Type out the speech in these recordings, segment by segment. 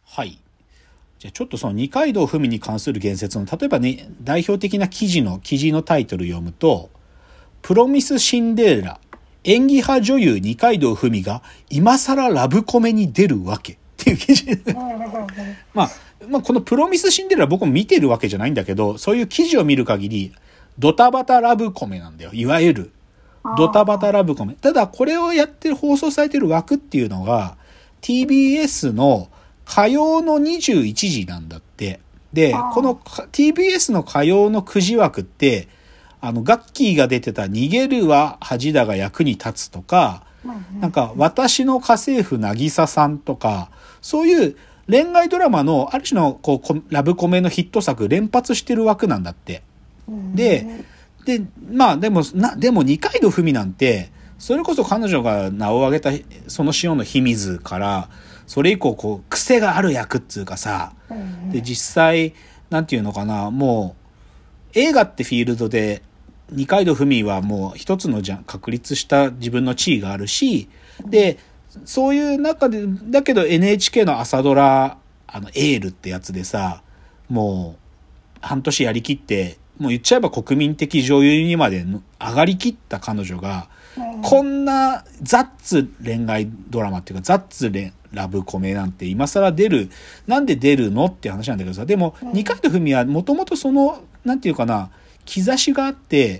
はい。じゃあちょっとその二階堂ふみに関する言説の、例えばね、代表的な記事のタイトル読むと、プロミスシンデレラ、演技派女優二階堂ふみが今更ラブコメに出るわけっていう記事。まあ、このプロミスシンデレラ僕も見てるわけじゃないんだけど、そういう記事を見る限り、ドタバタラブコメなんだよ。いわゆる。ドタバタラブコメ。ただこれをやってる、放送されてる枠っていうのが、TBS の火曜の21時なんだって。で、この TBS の火曜の9時枠って、ガッキーが出てた逃げるは恥だが役に立つとか、なんか私の家政婦渚さんとか、そういう恋愛ドラマのある種のこうラブコメのヒット作連発してる枠なんだって。で、まあでも二階堂ふみなんて、それこそ彼女が名を挙げたその潮の秘密から、それ以降こう癖がある役っつうかさ、で実際なんていうのかな、もう映画ってフィールドで二階堂ふみはもう一つの確立した自分の地位があるし、でそういう中でだけど NHK の朝ドラエールってやつでさ、もう半年やりきって、もう言っちゃえば国民的女優にまで上がりきった彼女が、こんなザッツ恋愛ドラマっていうかザッツラブコメなんて今更なんで出るのって話なんだけどさ、でも二階堂ふみはもともとそのなんていうかな、兆しがあって、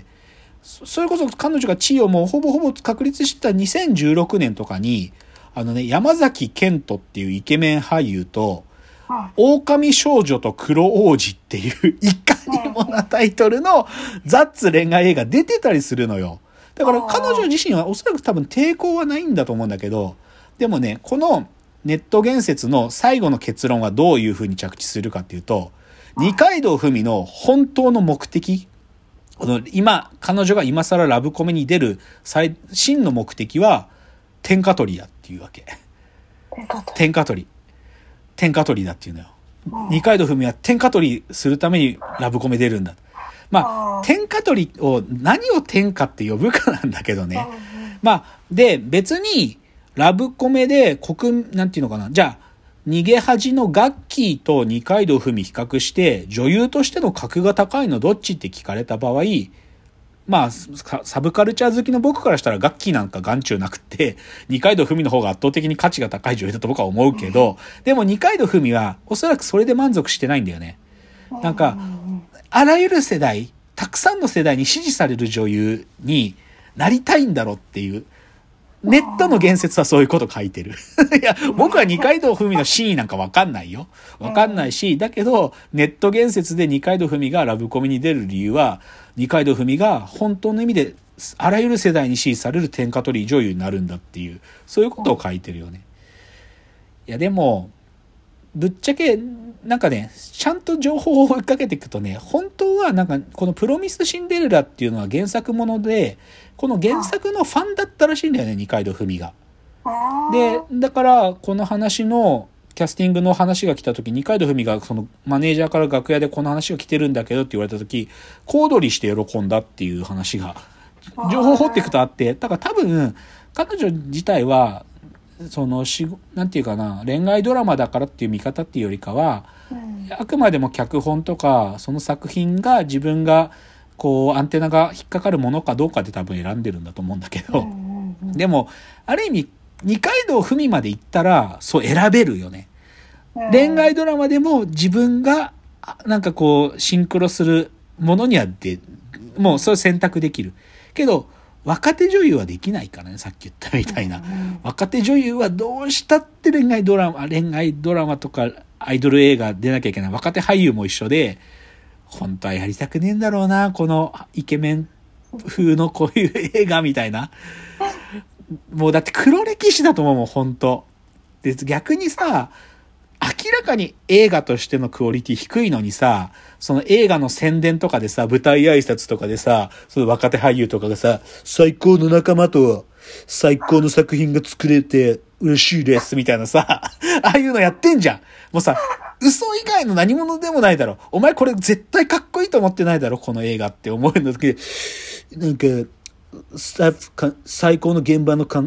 それこそ彼女が地位をもうほぼほぼ確立した2016年とかに山崎賢人っていうイケメン俳優と、狼少女と黒王子っていういかにもなタイトルのザッツ恋愛映画出てたりするのよ。だから彼女自身はおそらく多分抵抗はないんだと思うんだけど、でもね、このネット言説の最後の結論はどういう風に着地するかっていうと、二階堂ふみの本当の目的、彼女が今更ラブコメに出る真の目的は天下取りだっていうわけ。天下取りだっていうのよ。二階堂ふみは天下取りするためにラブコメ出るんだ。まあ、天下取りを何を天下って呼ぶかなんだけどね。まあ、で、別にラブコメでなんていうのかな。じゃあ、逃げ恥のガッキーと二階堂ふみ比較して、女優としての格が高いのどっちって聞かれた場合、まあ、サブカルチャー好きの僕からしたらガッキーなんか眼中なくって、二階堂ふみの方が圧倒的に価値が高い女優だと僕は思うけど、でも二階堂ふみはおそらくそれで満足してないんだよね。なんか、あらゆる世代、たくさんの世代に支持される女優になりたいんだろうっていう、ネットの言説はそういうこと書いてる。いや、僕は二階堂ふみの真意なんかわかんないよ。わかんないし、だけど、ネット言説で二階堂ふみがラブコメに出る理由は、二階堂ふみが本当の意味であらゆる世代に支持される天下取り女優になるんだっていう、そういうことを書いてるよね。いや、でも、ぶっちゃけ、なんかね、ちゃんと情報を追いかけていくとね、本当はなんか、このプロミスシンデレラっていうのは原作もので、この原作のファンだったらしいんだよね、二階堂ふみが。で、だから、この話の、キャスティングの話が来た時、二階堂ふみがそのマネージャーから楽屋でこの話が来てるんだけどって言われた時、小躍りして喜んだっていう話が、情報を掘っていくとあって、だから多分、彼女自体は、なんていうかな、恋愛ドラマだからっていう見方っていうよりかは、あくまでも脚本とか、その作品が自分が、こう、アンテナが引っかかるものかどうかで多分選んでるんだと思うんだけど、でも、ある意味、二階堂ふみまで行ったら、そう選べるよね。恋愛ドラマでも自分が、なんかこう、シンクロするものにはもうそれ選択できる。けど、若手女優はできないからね、さっき言ったみたいな。若手女優はどうしたって恋愛ドラマとかアイドル映画出なきゃいけない。若手俳優も一緒で、本当はやりたくねえんだろうな、このイケメン風のこういう映画みたいな。もうだって黒歴史だと思うもん、本当。で、逆にさ、明らかに映画としてのクオリティ低いのにさ、その映画の宣伝とかでさ、舞台挨拶とかでさ、その若手俳優とかがさ、最高の仲間と最高の作品が作れて嬉しいですみたいなさ、ああいうのやってんじゃん。もうさ、嘘以外の何者でもないだろ。お前これ絶対かっこいいと思ってないだろ、この映画って思うのだけど、なんか、最高の現場の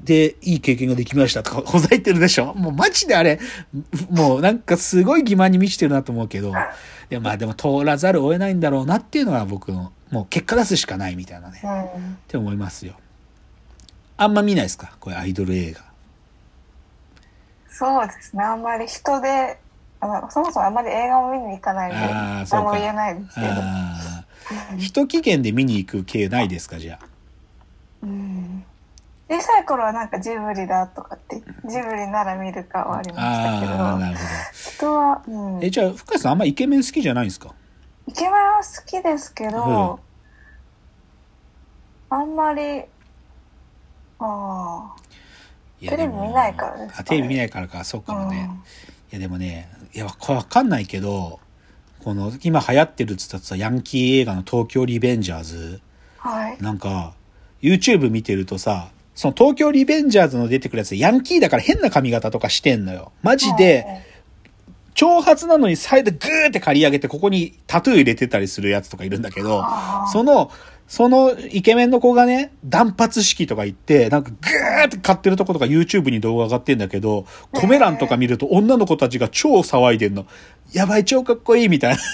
でいい経験ができましたとかほざいてるでしょ。もうマジであれ、もうなんかすごい欺瞞に満ちてるなと思うけど、でも通らざるを得ないんだろうなっていうのが僕の、もう結果出すしかないみたいなね、って思いますよ。あんま見ないですか、これアイドル映画。 そうですね、あんまり人で、そもそもあんまり映画を見に行かないので、何も言えないですけど。 一期限で見に行く系ないですか、じゃあ。 小さい頃はなんかジブリだとかって、ジブリなら見るかはありましたけど。なるほど。人は、 じゃあ、深谷さんあんまイケメン好きじゃないんですか？ イケメンは好きですけど、あんまり、テレビ見ないからですかね。 テレビ見ないからか、そうかもね。いやでもね、これわかんないけど、この今流行ってるっつったらさ、ヤンキー映画の東京リベンジャーズ、なんか YouTube 見てるとさ、その東京リベンジャーズの出てくるやつ、ヤンキーだから変な髪型とかしてんのよ。マジで、長髪なのにサイドグーって刈り上げてここにタトゥー入れてたりするやつとかいるんだけど、そのイケメンの子がね、断髪式とか言って、なんかグーって買ってるとことか YouTube に動画上がってんだけど、コメ欄とか見ると女の子たちが超騒いでんの。やばい、超かっこいいみたいな。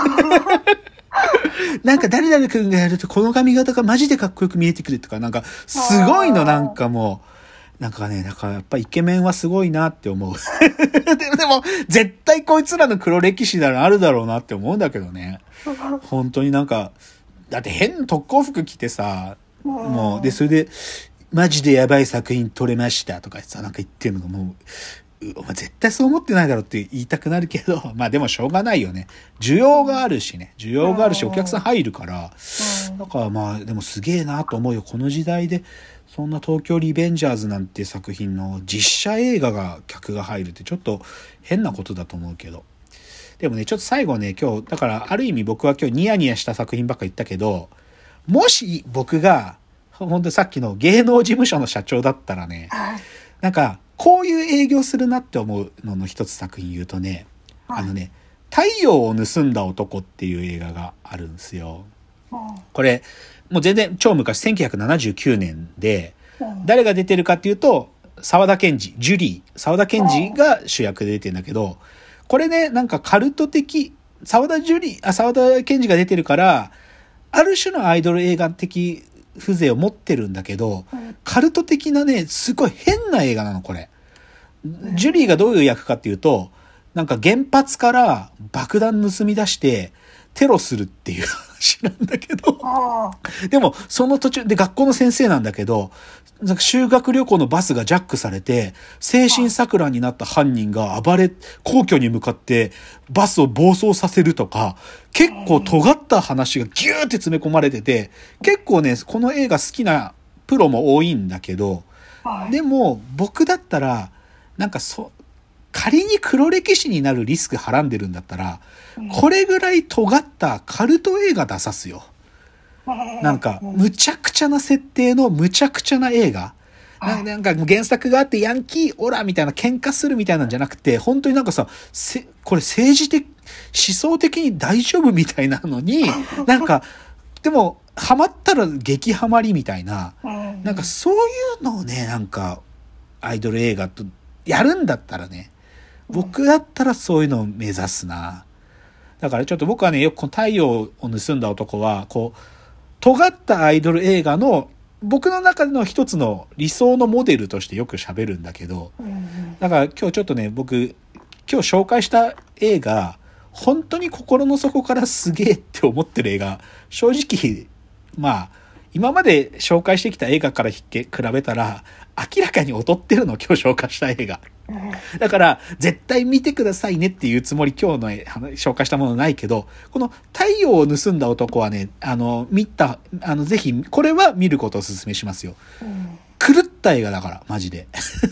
なんか誰々くんがやるとこの髪型がマジでかっこよく見えてくるとか、なんかすごいの、なんかもう。なんかね、なんかやっぱイケメンはすごいなって思う。でも、絶対こいつらの黒歴史ならあるだろうなって思うんだけどね。本当になんか、だって変な特攻服着てさ、もう、で、それで、マジでやばい作品撮れましたとかさ、なんか言ってるのがもう、お前絶対そう思ってないだろって言いたくなるけど、まあでもしょうがないよね。需要があるしね。需要があるし、お客さん入るから、だからまあ、でもすげえなと思うよ。この時代で、そんな東京リベンジャーズなんて作品の実写映画が客が入るってちょっと変なことだと思うけど。でもね、ちょっと最後ね、今日、だからある意味僕は今日ニヤニヤした作品ばっか言ったけど、もし僕が、本当にさっきの芸能事務所の社長だったらね、なんか、こういう営業するなって思うのの一つ作品言うとね、太陽を盗んだ男っていう映画があるんですよ。これ、もう全然超昔、1979年で、誰が出てるかっていうと、沢田研二が主役で出てるんだけど、これね、なんかカルト的、沢田研二が出てるから、ある種のアイドル映画的風情を持ってるんだけど、カルト的なね、すごい変な映画なの、これ。ジュリーがどういう役かっていうと、なんか原発から爆弾盗み出して、テロするっていう話なんだけど、でもその途中で学校の先生なんだけど、なんか修学旅行のバスがジャックされて、精神錯乱になった犯人が皇居に向かってバスを暴走させるとか、結構尖った話がギューって詰め込まれてて、結構ね、この映画好きなプロも多いんだけど、でも僕だったら、なんか仮に黒歴史になるリスクはらんでるんだったら、これぐらい尖ったカルト映画出さすよ。なんか、むちゃくちゃな設定のむちゃくちゃな映画。なんか原作があってヤンキーオラみたいな喧嘩するみたいなんじゃなくて、本当になんかさ、これ政治的、思想的に大丈夫みたいなのに、なんか、でも、ハマったら激ハマりみたいな、なんかそういうのをね、なんか、アイドル映画とやるんだったらね、僕だったらそういうのを目指すな。だからちょっと僕はね、よくこの太陽を盗んだ男は、こう、尖ったアイドル映画の僕の中での一つの理想のモデルとしてよく喋るんだけど、だから今日ちょっとね、今日紹介した映画、本当に心の底からすげえって思ってる映画、正直、まあ、今まで紹介してきた映画から比べたら、明らかに劣ってるの、今日紹介した映画。だから、絶対見てくださいねっていうつもり今日の紹介したものないけど、この太陽を盗んだ男はね、ぜひ、これは見ることをお勧めしますよ。狂った映画だから、マジで。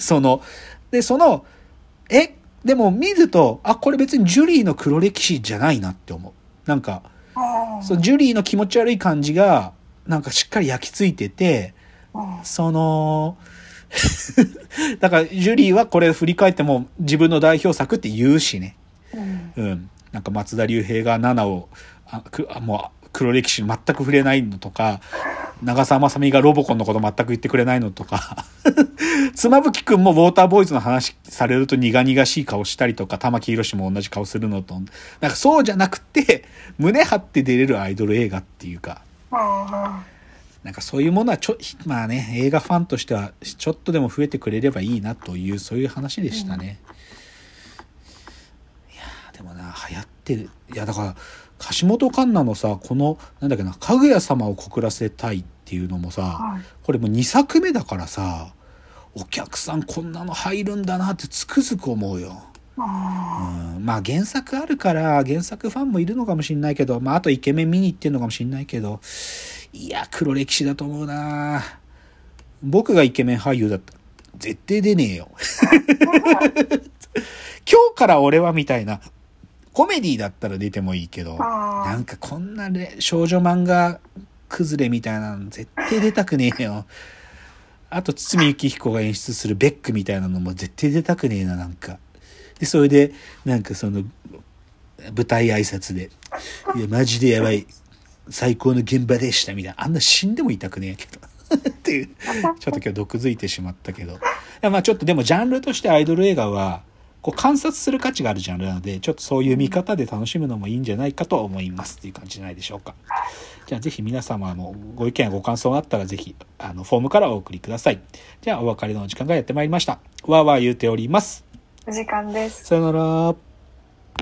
でも見ると、これ別にジュリーの黒歴史じゃないなって思う。なんか、ジュリーの気持ち悪い感じが、なんかしっかり焼き付いてて、だからジュリーはこれ振り返っても自分の代表作って言うしね。なんか松田龍平が7をもう黒歴史に全く触れないのとか、 長澤まさみがロボコンのこと全く言ってくれないのとか妻夫木くんもウォーターボーイズの話されると苦々しい顔したりとか、玉木宏も同じ顔するのと、なんかそうじゃなくて胸張って出れるアイドル映画っていうか、なんかそういうものはまあね、映画ファンとしてはちょっとでも増えてくれればいいなという、そういう話でしたね。いやでもな、流行ってる。いやだから橋本環奈のさ、このなんだっけな、かぐや様を告らせたいっていうのもさ、これもう2作目だからさ、お客さんこんなの入るんだなってつくづく思うよ。まあ原作あるから原作ファンもいるのかもしれないけど、まああとイケメン見に行ってんのかもしれないけど、いや黒歴史だと思うな。僕がイケメン俳優だったら絶対出ねえよ今日から俺はみたいなコメディだったら出てもいいけど、なんかこんな少女漫画崩れみたいなの絶対出たくねえよ。あと堤幸彦が演出するベックみたいなのも絶対出たくねえな。なんかでそれでなんかその舞台挨拶でいやマジでやばい最高の現場でしたみたいな、あんな死んでもいたくねえけどっていう、ちょっと今日毒づいてしまったけど、まあちょっとでもジャンルとしてアイドル映画はこう観察する価値があるジャンルなので、ちょっとそういう見方で楽しむのもいいんじゃないかと思いますっていう感じじゃないでしょうか。じゃあぜひ皆様のご意見やご感想があったらぜひフォームからお送りください。じゃあお別れの時間がやってまいりました。わーわー言うております。 お時間です。 さよなら。